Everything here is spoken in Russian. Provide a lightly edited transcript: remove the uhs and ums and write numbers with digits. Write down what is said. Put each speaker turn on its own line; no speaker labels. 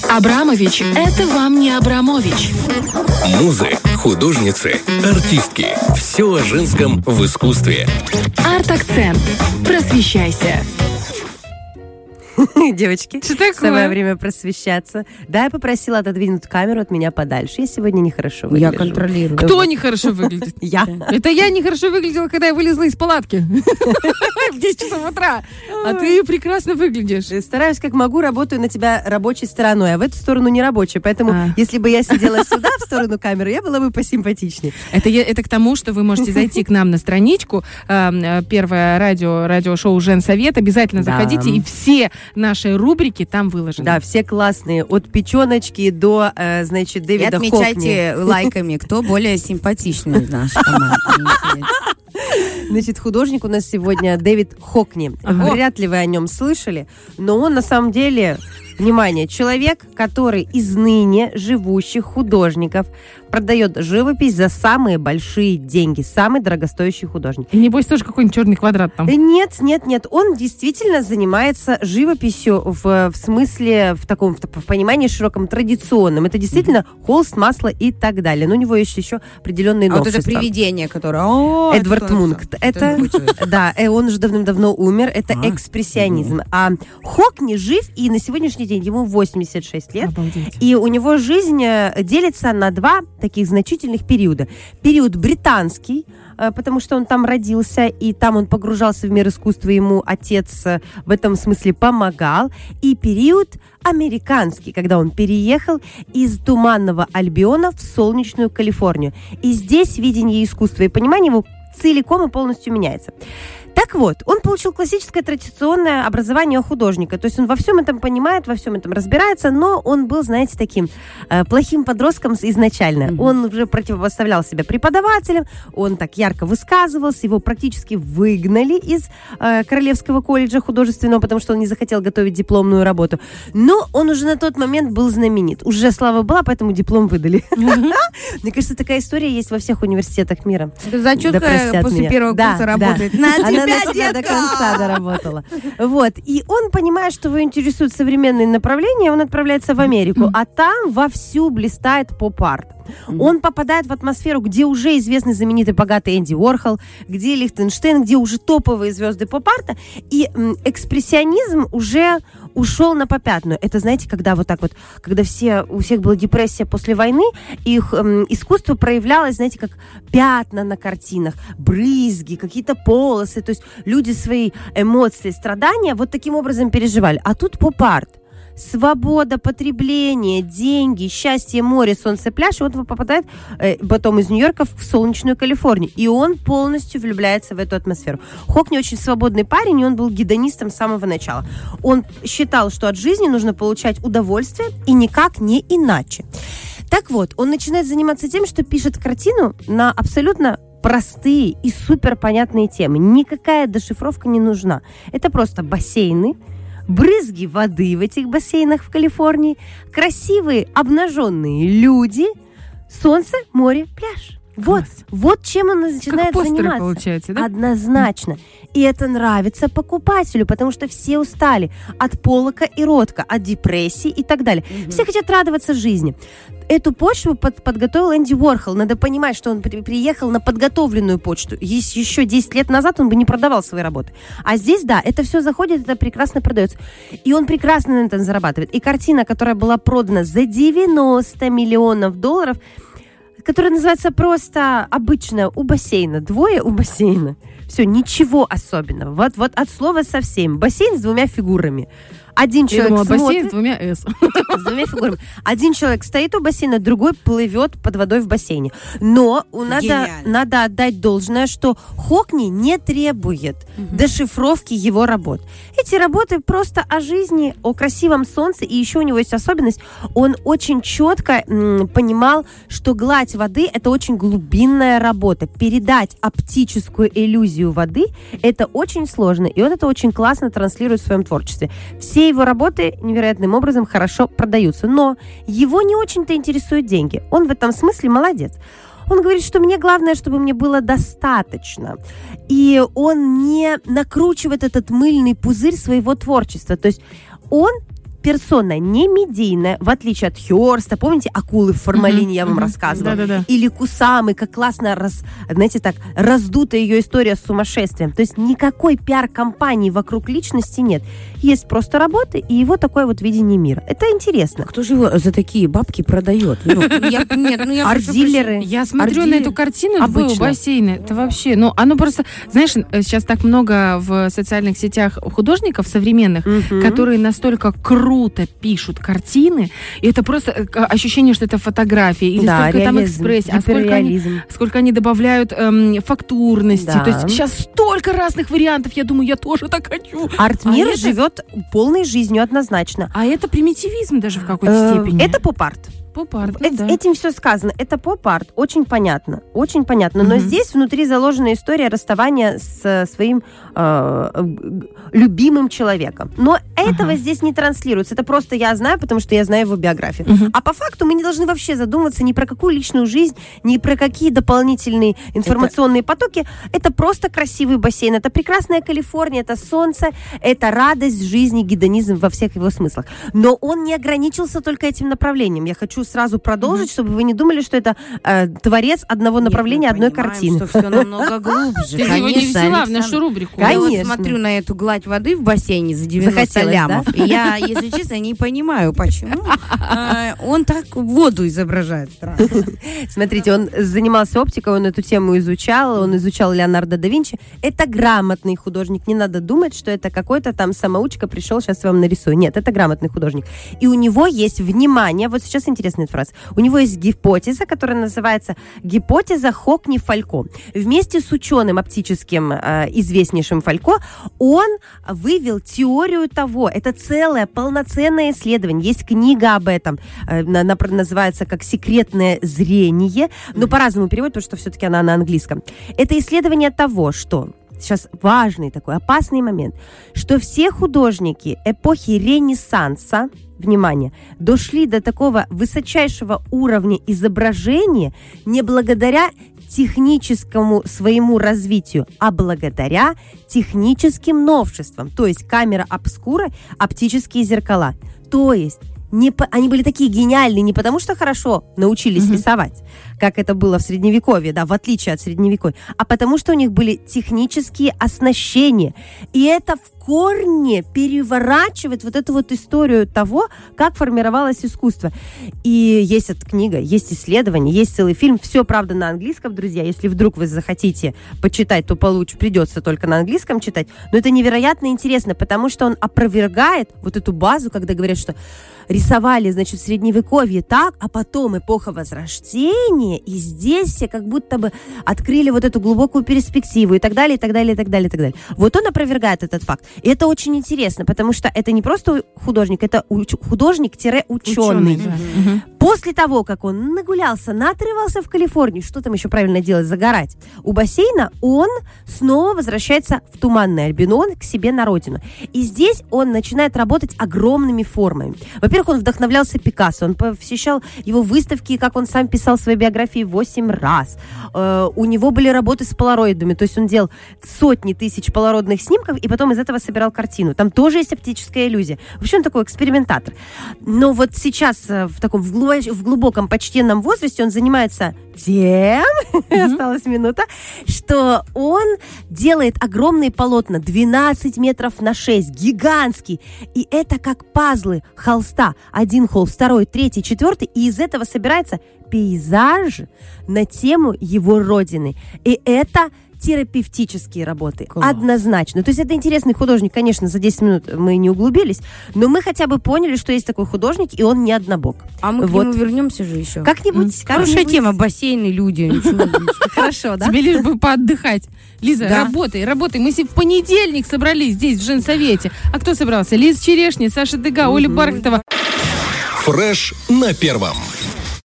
Абрамович – это вам не Абрамович.
Музы, художницы, артистки. Все о женском в искусстве.
Арт-акцент. Просвещайся.
Девочки, самое время просвещаться. Да, я попросила отодвинуть камеру от меня подальше. Я сегодня нехорошо выгляжу.
Я контролирую.
Кто нехорошо выглядит?
Я.
Это я нехорошо выглядела, когда я вылезла из палатки в 10 часов утра. А ты прекрасно выглядишь.
Стараюсь как могу, работаю на тебя рабочей стороной, а в эту сторону не рабочей. Поэтому, если бы я сидела сюда, в сторону камеры, я была бы посимпатичнее.
Это к тому, что вы можете зайти к нам на страничку. Первое радиошоу «Женсовет». Обязательно заходите, и все наши рубрики там выложены.
Да, все классные. От печеночки до, значит, Дэвида Хокни.
И отмечайте лайками, кто более симпатичный из нашей команды.
Значит, художник у нас сегодня Дэвид Хокни. Вряд ли вы о нем слышали, но он на самом деле, внимание, человек, который из ныне живущих художников продает живопись за самые большие деньги. Самый дорогостоящий художник.
И небось тоже какой-нибудь черный квадрат там.
Нет. Он действительно занимается живописью в смысле, в понимании широком, традиционном. Это действительно холст, масло и так далее. Но у него есть еще определенные новшества.
Вот это привидение, которое...
Эдвард Мунк. Да, он уже давным-давно умер. Это экспрессионизм. А Хокни жив, и на сегодняшний день ему 86 лет.
Обалдеть.
И у него жизнь делится на два таких значительных периода. Период британский, потому что он там родился, и там он погружался в мир искусства, ему отец в этом смысле помогал. И период американский, когда он переехал из туманного Альбиона в солнечную Калифорнию. И здесь видение искусства и понимание его целиком и полностью меняется. Так вот, он получил классическое традиционное образование художника. То есть он во всем этом понимает, во всем этом разбирается, но он был, знаете, таким плохим подростком изначально. Он уже противопоставлял себя преподавателям, он так ярко высказывался, его практически выгнали из Королевского колледжа художественного, потому что он не захотел готовить дипломную работу. Но он уже на тот момент был знаменит. Уже слава была, поэтому диплом выдали. Мне кажется, такая история есть во всех университетах мира.
Зачетка после первого курса работает.
Она на тебя до конца доработала. Вот. И он, понимая, что его интересуют современные направления, он отправляется в Америку, а там вовсю блистает поп-арт. Он попадает в атмосферу, где уже известный, знаменитый, богатый Энди Уорхол, где Лихтенштейн, где уже топовые звезды поп-арта, и экспрессионизм уже ушел на попятную. Это, знаете, когда вот так вот, когда у всех была депрессия после войны, их искусство проявлялось, знаете, как пятна на картинах, брызги, какие-то полосы, то есть люди свои эмоции, страдания вот таким образом переживали. А тут поп-арт. Свобода, потребление, деньги, счастье, море, солнце, пляж. И вот он попадает потом из Нью-Йорка в солнечную Калифорнию. И он полностью влюбляется в эту атмосферу. Хокни очень свободный парень, и он был гедонистом с самого начала. Он считал, что от жизни нужно получать удовольствие, и никак не иначе. Так вот, он начинает заниматься тем, что пишет картину на абсолютно простые и суперпонятные темы. Никакая дешифровка не нужна. Это просто бассейны, брызги воды в этих бассейнах в Калифорнии, красивые обнаженные люди, солнце, море, пляж. Вот чем он начинает заниматься.
Получается, да?
Однозначно. И это нравится покупателю, потому что все устали от Поллока и Ротко, от депрессии и так далее. Все хотят радоваться жизни. Эту почву подготовил Энди Уорхол. Надо понимать, что он приехал на подготовленную почту. Еще 10 лет назад он бы не продавал свои работы. А здесь, да, это все заходит, это прекрасно продается. И он прекрасно на этом зарабатывает. И картина, которая была продана за $90 миллионов, которая называется просто обычная у бассейна. Двое у бассейна. Все, ничего особенного. Вот от слова совсем. Бассейн с двумя фигурами. Один человек смотрит...
бассейн с двумя «С».
С двумя фигурами. Один человек стоит у бассейна, другой плывет под водой в бассейне. Но надо отдать должное, что Хокни не требует дешифровки его работ. Эти работы просто о жизни, о красивом солнце. И еще у него есть особенность. Он очень четко понимал, что гладь воды – это очень глубинная работа. Передать оптическую иллюзию воды – это очень сложно. И он это очень классно транслирует в своем творчестве. Все его работы невероятным образом хорошо продаются. Но его не очень-то интересуют деньги. Он в этом смысле молодец. Он говорит, что мне главное, чтобы мне было достаточно. И он не накручивает этот мыльный пузырь своего творчества. То есть он персона не медийная, в отличие от Хёрста. Помните, акулы в формалине, я вам рассказывала?
Да-да-да.
Или Кусамы, как классно, раздута ее история с сумасшествием. То есть никакой пиар-компании вокруг личности нет. Есть просто работы и его такое вот видение мира. Это интересно.
Кто же его за такие бабки продает?
Арт-дилеры.
Я смотрю на эту картину двое у бассейна. Это вообще, оно просто... Знаешь, сейчас так много в социальных сетях художников современных, которые настолько круто пишут картины, и это просто ощущение, что это фотография, или сколько там экспрессии, сколько они добавляют фактурности.
Да.
То есть сейчас столько разных вариантов, я думаю, я тоже так хочу.
Арт-мир живет полной жизнью однозначно.
А это примитивизм даже в какой-то степени.
Это поп-арт.
Поп-арт, да.
Этим все сказано. Это поп-арт. Очень понятно. Очень понятно. Но здесь внутри заложена история расставания с своим любимым человеком. Но этого здесь не транслируется. Это просто я знаю, потому что я знаю его биографию. А по факту мы не должны вообще задумываться ни про какую личную жизнь, ни про какие дополнительные информационные потоки. Это просто красивый бассейн. Это прекрасная Калифорния, это солнце, это радость жизни, гедонизм во всех его смыслах. Но он не ограничился только этим направлением. Я хочу сразу продолжить, чтобы вы не думали, что это творец одного направления, одной картины.
Что все намного глубже.
Ты его не взяла в нашу рубрику.
Я вот смотрю на эту гладь воды в бассейне за 90 лямов. Да? И я, если честно, не понимаю, почему он так воду изображает.
Смотрите, он занимался оптикой, он эту тему изучал, он изучал Леонардо да Винчи. Это грамотный художник. Не надо думать, что это какой-то там самоучка пришел, сейчас я вам нарисую. Нет, это грамотный художник. И у него есть внимание, вот сейчас интересная фраза, у него есть гипотеза, которая называется гипотеза Хокни-Фалько. Вместе с ученым оптическим, известнейшим Фалько, он вывел теорию того, это целое полноценное исследование, есть книга об этом, она называется как «Секретное зрение», но по-разному переводят, потому что все-таки она на английском. Это исследование того, что сейчас важный такой опасный момент, что все художники эпохи Ренессанса, внимание, дошли до такого высочайшего уровня изображения не благодаря техническому своему развитию, а благодаря техническим новшествам. То есть камера обскура, оптические зеркала. То есть они были такие гениальные не потому, что хорошо научились рисовать, как это было в Средневековье, да, в отличие от Средневековья, а потому что у них были технические оснащения. И это в корне переворачивает вот эту вот историю того, как формировалось искусство. И есть эта книга, есть исследование, есть целый фильм. Все, правда, на английском, друзья. Если вдруг вы захотите почитать, то придется только на английском читать. Но это невероятно интересно, потому что он опровергает вот эту базу, когда говорят, что рисовали, значит, в Средневековье так, а потом эпоха Возрождения, и здесь все как будто бы открыли вот эту глубокую перспективу и так далее, и так далее, и так далее, и так далее. Вот он опровергает этот факт. И это очень интересно, потому что это не просто художник, это художник-ученый.
Да.
После того, как он нагулялся, наотрывался в Калифорнии, что там еще правильно делать, загорать, у бассейна он снова возвращается в Туманный Альбион к себе на родину. И здесь он начинает работать огромными формами. Во-первых, он вдохновлялся Пикассо, он посещал его выставки, как он сам писал в своей биографии, 8 раз. У него были работы с полароидами, то есть он делал сотни тысяч полароидных снимков и потом из этого собирал картину. Там тоже есть оптическая иллюзия. Вообще он такой экспериментатор. Но вот сейчас в таком в глубоком почтенном возрасте он занимается тем, осталась минута, что он делает огромные полотна 12 метров на 6, гигантский. И это как пазлы холста. Один холст, второй, третий, четвертый. И из этого собирается пейзаж на тему его родины. И это терапевтические работы. Класс. Однозначно. То есть это интересный художник. Конечно, за 10 минут мы не углубились, но мы хотя бы поняли, что есть такой художник, и он не однобок.
А мы к нему вернемся же еще.
Как-нибудь.
Хорошая тема. Бассейны, люди.
Хорошо, да?
Тебе лишь бы поотдыхать. Лиза, работай. Мы в понедельник собрались здесь, в Женсовете. А кто собрался? Лиза Черешня, Саша Дега, Оля Бархатова.
Фреш на первом.